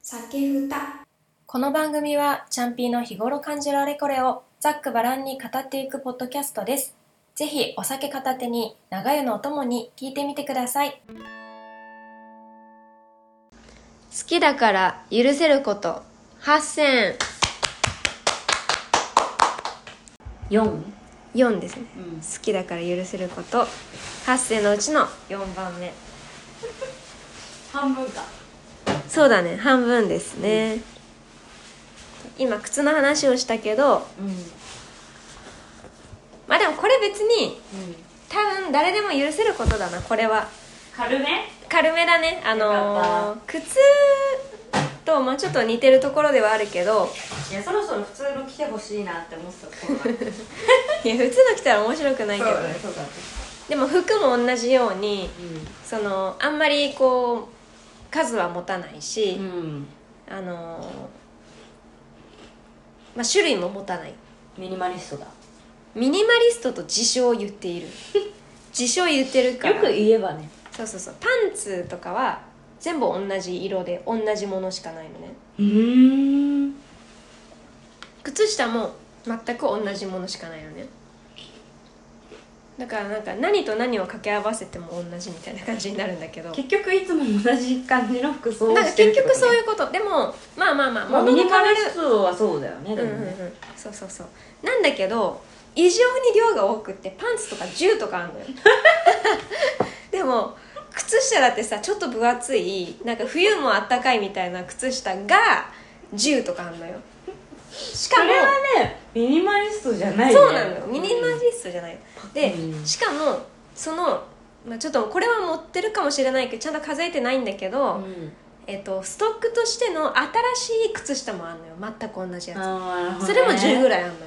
酒ふた。 この番組はチャンピーの日頃感じるあれこれをざっくばらんに語っていくポッドキャストです。ぜひお酒片手に長湯のお供に聞いてみてください。好きだから許せること8選。4ですね、好きだから許せること8選のうちの4番目。 半分か。 そうだね、半分ですね、今靴の話をしたけど、まあでもこれ別に、多分誰でも許せることだな。これは軽めだね。靴とまあちょっと似てるところではあるけど、 いやそろそろ普通の着てほしいなって思ってたところがいや普通の着たら面白くないけど、 そうだね。 でも服も同じように、あんまりこう数は持たないし、まあ、種類も持たない。 ミニマリストだ。 ミニマリストと自称言っている自称言ってるからよく言えばね。 そうパンツとかは全部同じ色で同じものしかないのね。靴下も全く同じものしかないのね。だからなんか何と何を掛け合わせても同じみたいな感じになるんだけど、 結局いつも同じ感じの服装をなんかしてるってこと、ね、 結局そういうこと。でもまあミニマリストはそうだよね。でもね、 そうなんだけど異常に量が多くってパンツとか10とかあるのよでも靴下だってさ、ちょっと分厚いなんか冬もあったかいみたいな靴下が10とかあるのよ。しかもそれはねミニマリストじゃないね。 そうなのよ、ミニマリストじゃないで、しかもその、まあ、ちょっとこれは持ってるかもしれないけどちゃんと数えてないんだけど、ストックとしての新しい靴下もあるのよ。全く同じやつ、それも10ぐらいあるのよ。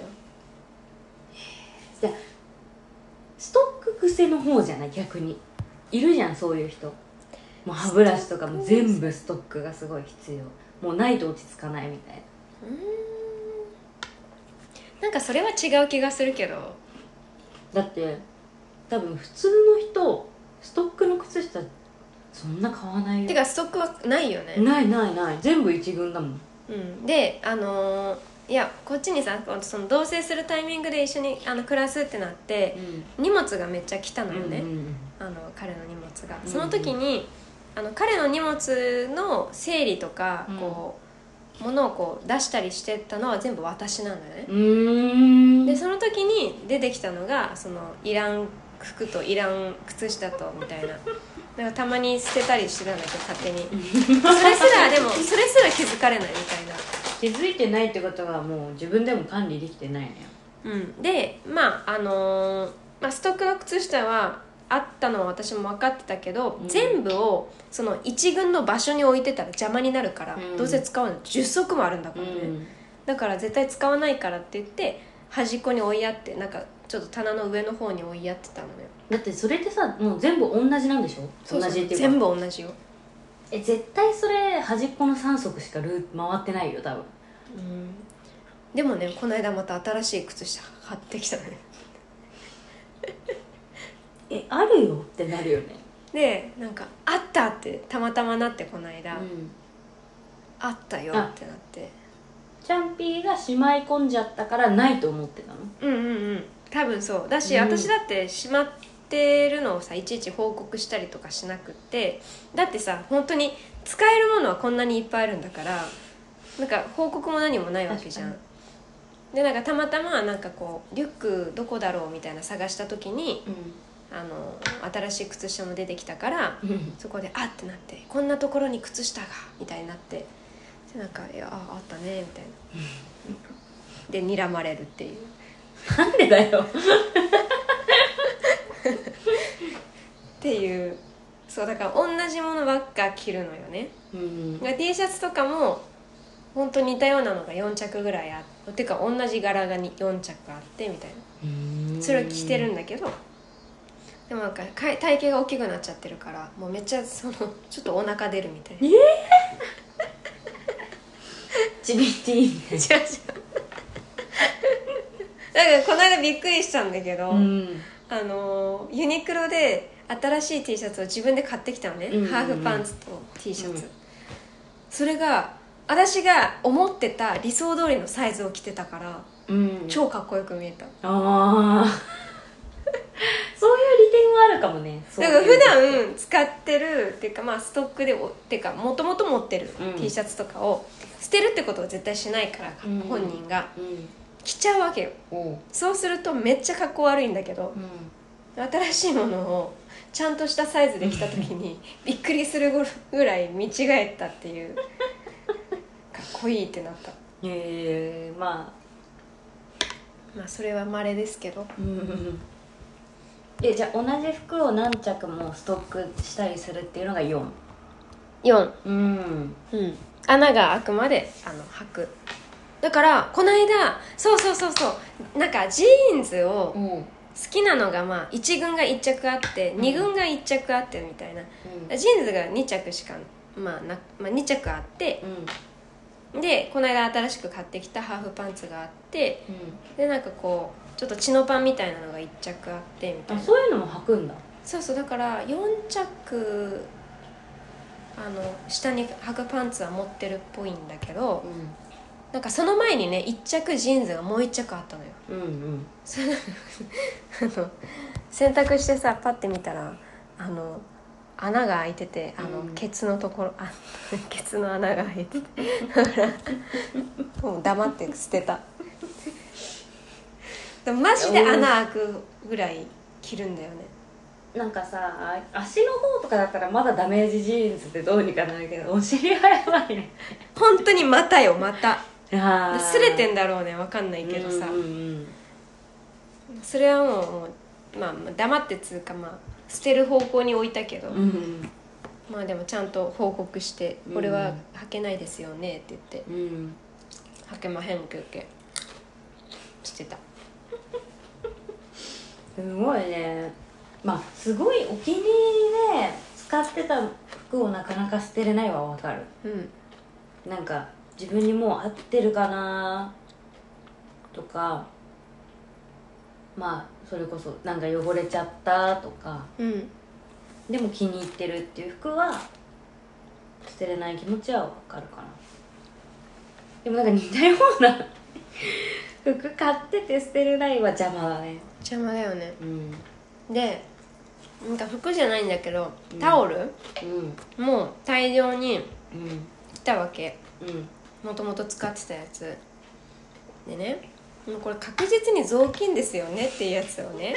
じゃあストック癖の方じゃない？逆にいるじゃんそういう人。もう歯ブラシとかも全部ストックがすごい必要。もうないと落ち着かないみたいな。 なんかそれは違う気がするけど、 だって多分普通の人ストックの靴下そんな買わないよ。 てかストックはないよね。 ない全部一軍だもん。 でいやこっちにさ、その同棲するタイミングで一緒に暮らすってなって、荷物がめっちゃ来たのよね、彼の荷物が。その時に彼の荷物の整理とかこう、物をこう出したりしてたのは全部私なんだよね。でその時に出てきたのがそのいらん服といらん靴下とみたいな。なんかたまに捨てたりしてたんだけど勝手にそれすら気づかれないみたいな。 気づいてないってことはもう自分でも管理できてないのよ。 でストックの靴下はあったのは私も分かってたけど、全部をその一軍の場所に置いてたら邪魔になるから、どうせ使うの10足もあるんだからね、だから絶対使わないからって言って端っこに置いやって、なんかちょっと棚の上の方に置いやってたのよ。 だってそれってさもう全部同じなんでしょ？ そう同じっていうか全部同じよ。 絶対それ端っこの3足しか回ってないよ多分。 でもねこの間また新しい靴下買ってきたのよあるよってなるよね。 でなんかあったってたまたまなって、この間、あったよってなって、 チャンピーがしまい込んじゃったからないと思ってたの？ 多分そうだし、私だってしまってるのをさいちいち報告したりとかしなくって、だってさ本当に使えるものはこんなにいっぱいあるんだから、なんか報告も何もないわけじゃん。でなんかたまたまなんかこうリュックどこだろうみたいな探した時に、新しい靴下も出てきたから、そこであってなって、こんなところに靴下がみたいになって、でなんかあったねみたいなで睨まれるっていう。 なんでだよっていう。そうだから同じものばっか着るのよね、T シャツとかも本当に似たようなのが4着ぐらいあって、てか同じ柄が4着あってみたいな、それを着てるんだけど、でもなんか体型が大きくなっちゃってるから、もうめっちゃちょっとお腹出るみたいな。 ちびっていいね。 違うだからこの間びっくりしたんだけど、ユニクロで新しい T シャツを自分で買ってきたのね、ハーフパンツと T シャツ、それが私が思ってた理想通りのサイズを着てたから、 うん、 超かっこよく見えた。 ああそういう利点はあるかもね。 だから普段使ってるっていうか、まあストックでっていうかもともと持ってる T シャツとかを捨てるってことは絶対しないから、本人が着ちゃうわけよ。そうするとめっちゃかっこ悪いんだけど、新しいものをちゃんとしたサイズで着た時にびっくりするぐらい見違えたっていうかっこいいってなった。 まあそれは稀ですけど、 じゃあ同じ服を何着もストックしたりするっていうのが4。 穴が開くまで履く。だからこの間そうなんかジーンズを好きなのが、まあ1軍が1着あって、2軍が1着あってみたいな、ジーンズが2着しか、2着あって、でこの間新しく買ってきたハーフパンツがあって、でなんかこうちょっとチノパンみたいなのが1着あってみたいな。 そういうのも履くんだ。 そうだから4着下に履くパンツは持ってるっぽいんだけど、なんかその前にね1着ジーンズがもう1着あったのよ。それ洗濯してさパッて見たら穴が開いてて、ケツのところケツの穴が開いててもう黙って捨てた。マジで穴開くぐらい着るんだよね。 なんかさ、足の方とかだったらまだダメージジーンズでどうにかなるけど、お尻はやばいね。 本当にまた擦れてんだろうね、分かんないけどさ、それはもう、まあ黙ってつうか、まあ捨てる方向に置いたけど、まあでもちゃんと報告して「これは履けないですよね」って言って「履けまへんけけ」捨てた。 すごいね。まあすごいお気に入りで使ってた服をなかなか捨てれないはわかる。なんか自分にもう合ってるかなとか、まあそれこそなんか汚れちゃったとか、でも気に入ってるっていう服は捨てれない気持ちはわかるかな。でもなんか似たような服買ってて捨てれないは邪魔だね。 邪魔だよね。でなんか服じゃないんだけど、タオルもう大量に来たわけ。もともと使ってたやつでね、これ確実に雑巾ですよねっていうやつをね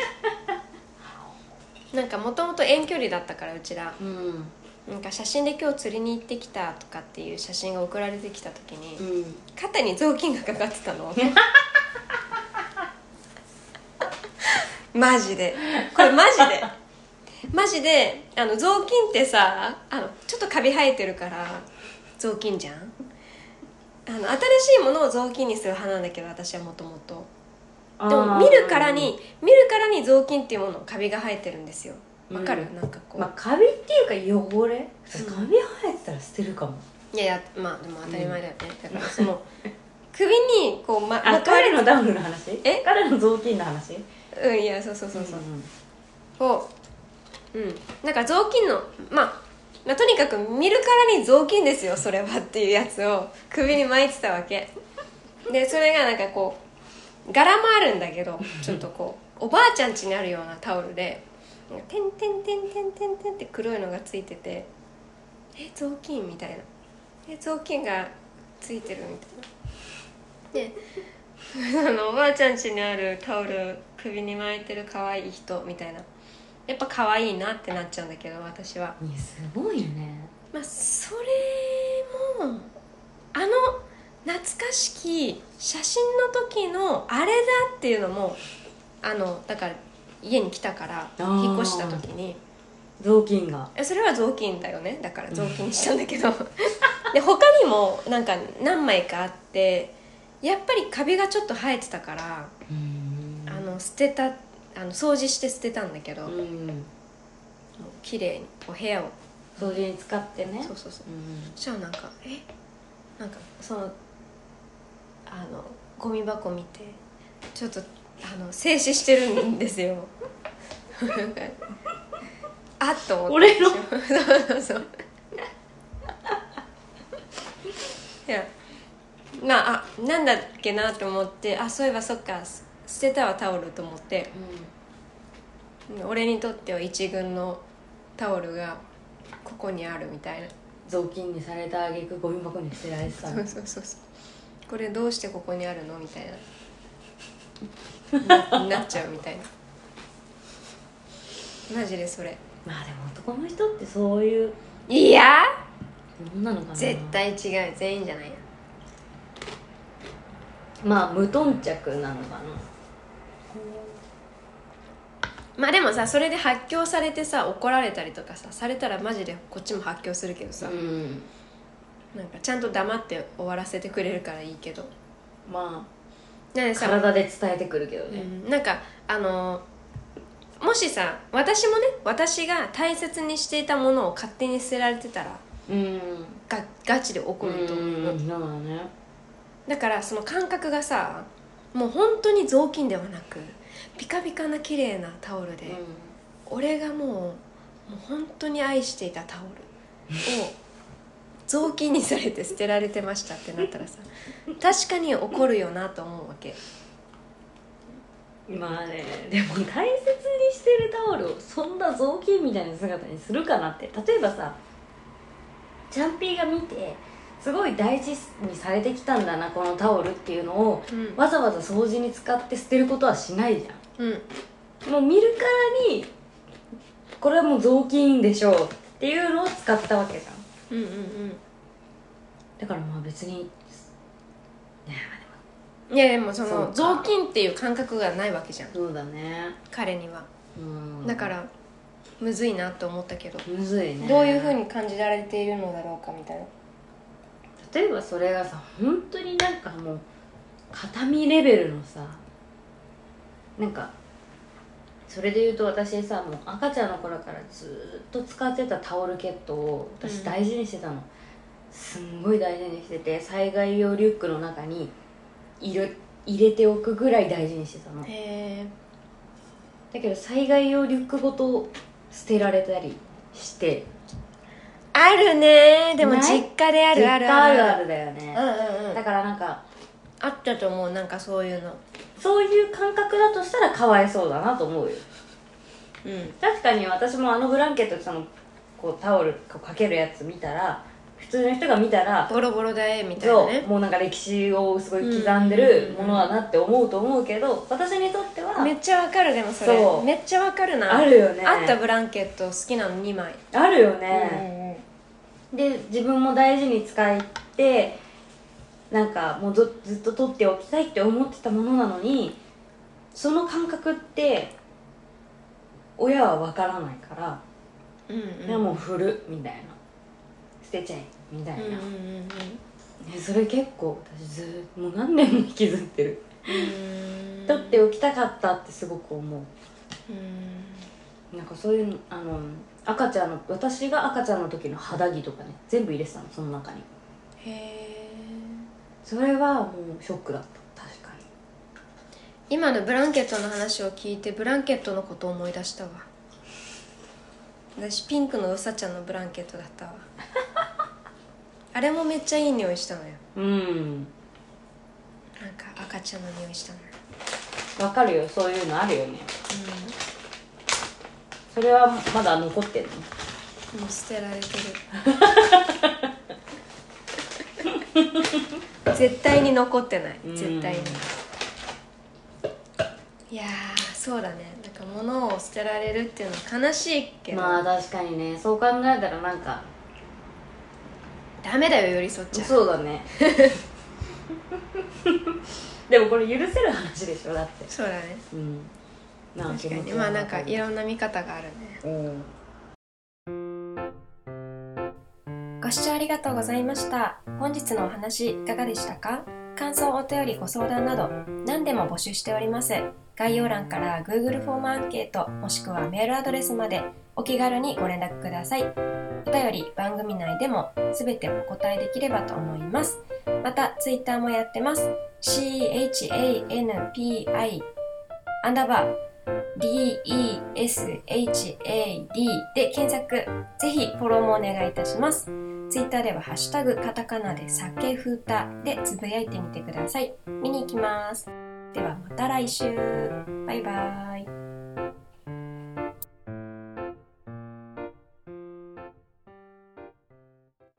なんかもともと遠距離だったからうちら、なんか写真で今日釣りに行ってきたとかっていう写真が送られてきた時に、肩に雑巾がかかってたのマジでこれマジで雑巾ってさちょっとカビ生えてるから雑巾じゃん。新しいものを雑巾にする派なんだけど、私はもともと。でも見るからに雑巾っていうものカビが生えてるんですよ。わかる？なんかこう、 まあカビっていうか汚れ、カビ生えてたら捨てるかも。 いやまあでも当たり前だよね。だからその首にこう彼のダウンの話？彼の雑巾の話？ いやそうこうなんか雑巾のまあとにかく見るからに雑巾ですよそれはっていうやつを首に巻いてたわけで、それがなんかこう柄もあるんだけど、ちょっとこうおばあちゃん家にあるようなタオルでてんてんてんてんてんてんって黒いのがついてて、雑巾みたいな、雑巾がついてるみたいなでおばあちゃん家にあるタオル首に巻いてる可愛い人みたいな、やっぱ可愛いなってなっちゃうんだけど私は。 すごいね。 まあそれも懐かしき写真の時のあれだっていうのもだから家に来たから引っ越した時に雑巾がそれは雑巾だよね、だから雑巾にしたんだけどで他にもなんか何枚かあって、やっぱりカビがちょっと生えてたから捨てた掃除して捨てたんだけど、もう綺麗にこう部屋を掃除に使ってね。 そうそしたらなんかそのゴミ箱見てちょっと静止してるんですよあっと思って俺のそういやまあなんだっけなと思って、そういえばそっか捨てたわタオルと思って、俺にとっては一軍のタオルがここにあるみたいな。 雑巾にされた挙句ゴミ箱に捨てられてたの。 そうこれどうしてここにあるのみたいなっちゃうみたいな。マジでそれ。 まあでも男の人ってそういういや女のかな。 絶対違う、全員じゃないや。 まあ無頓着なのかな。 まあでもさ、それで発狂されてさ怒られたりとかされたらマジでこっちも発狂するけどさ、なんかちゃんと黙って終わらせてくれるからいいけど、 まあなんでさ体で伝えてくるけどね、 なんかもしさ私もね、私が大切にしていたものを勝手に捨てられてたら、ガチで怒ると思う。 そうだね。 だからその感覚がさ、もう本当に雑巾ではなくピカピカな綺麗なタオルで、俺がもう本当に愛していたタオルを雑巾にされて捨てられてましたってなったらさ確かに怒るよなと思うわけ。 まあね、でも大切にしてるタオルをそんな雑巾みたいな姿にするかなって。例えばさ、チャンピーが見てすごい大事にされてきたんだなこのタオルっていうのを、わざわざ掃除に使って捨てることはしないじゃん、もう見るからにこれはもう雑巾でしょうっていうのを使ったわけじゃん。だからまあ別にいやでもその雑巾っていう感覚がないわけじゃん。 そうだね、 彼には。だからむずいなと思ったけど、 むずいね。 どういう風に感じられているのだろうかみたいな。 例えばそれがさ、本当になんかもう形見レベルのさ、なんかそれで言うと私さ、もう赤ちゃんの頃からずっと使ってたタオルケットを私大事にしてたの、すんごい大事にしてて、災害用リュックの中に入れておくぐらい大事にしてたの。だけど災害用リュックごと捨てられたりしてあるね。でも実家であるあるあるあるだよね、だからなんかあったと思う。なんかそういうの、 そういう感覚だとしたらかわいそうだなと思うよ。確かに私もあのブランケットそのこうタオルかけるやつ見たら、普通の人が見たらボロボロだえみたいなね、 もうなんか歴史をすごい刻んでるものだなって思うと思うけど、私にとってはめっちゃわかる。でもそれめっちゃわかるな。 あるよね。 あったブランケット好きなの2枚あるよね、で自分も大事に使ってなんかもうずっと取っておきたいって思ってたものなのに、その感覚って親は分からないから、でもう振るみたいな、捨てちゃえみたいな、それ結構私もう何年も引きずってる。取っておきたかったってすごく思う。なんかそういう赤ちゃんの、私が赤ちゃんの時の肌着とかね、全部入れてたのその中に。それはもうショックだった。確かに今のブランケットの話を聞いてブランケットのことを思い出したわ。私ピンクのうさちゃんのブランケットだったわあれもめっちゃいい匂いしたのよ。なんか赤ちゃんの匂いしたのよ。 わかるよ、そういうのあるよね。それはまだ残ってるの？ もう捨てられてる絶対に残ってない、絶対に。いやそうだね。なんか物を捨てられるっていうのは悲しいけど、 まあ確かにね、そう考えたらなんかダメだよ、寄り添っちゃう。 そうだねでもこれ許せる話でしょ、だって。 そうだね、確かに。まあなんかいろんな見方があるね。ご視聴ありがとうございました。本日のお話いかがでしたか？感想、お便り、ご相談など何でも募集しております。概要欄から Google フォームアンケートもしくはメールアドレスまでお気軽にご連絡ください。お便り番組内でも全てお答えできればと思います。また Twitter もやってます。CHANPI_DESHAD で検索、ぜひフォローもお願いいたします。 ツイッターではハッシュタグカタカナでさけふたでつぶやいてみてください。見に行きます。ではまた来週。バイバイ。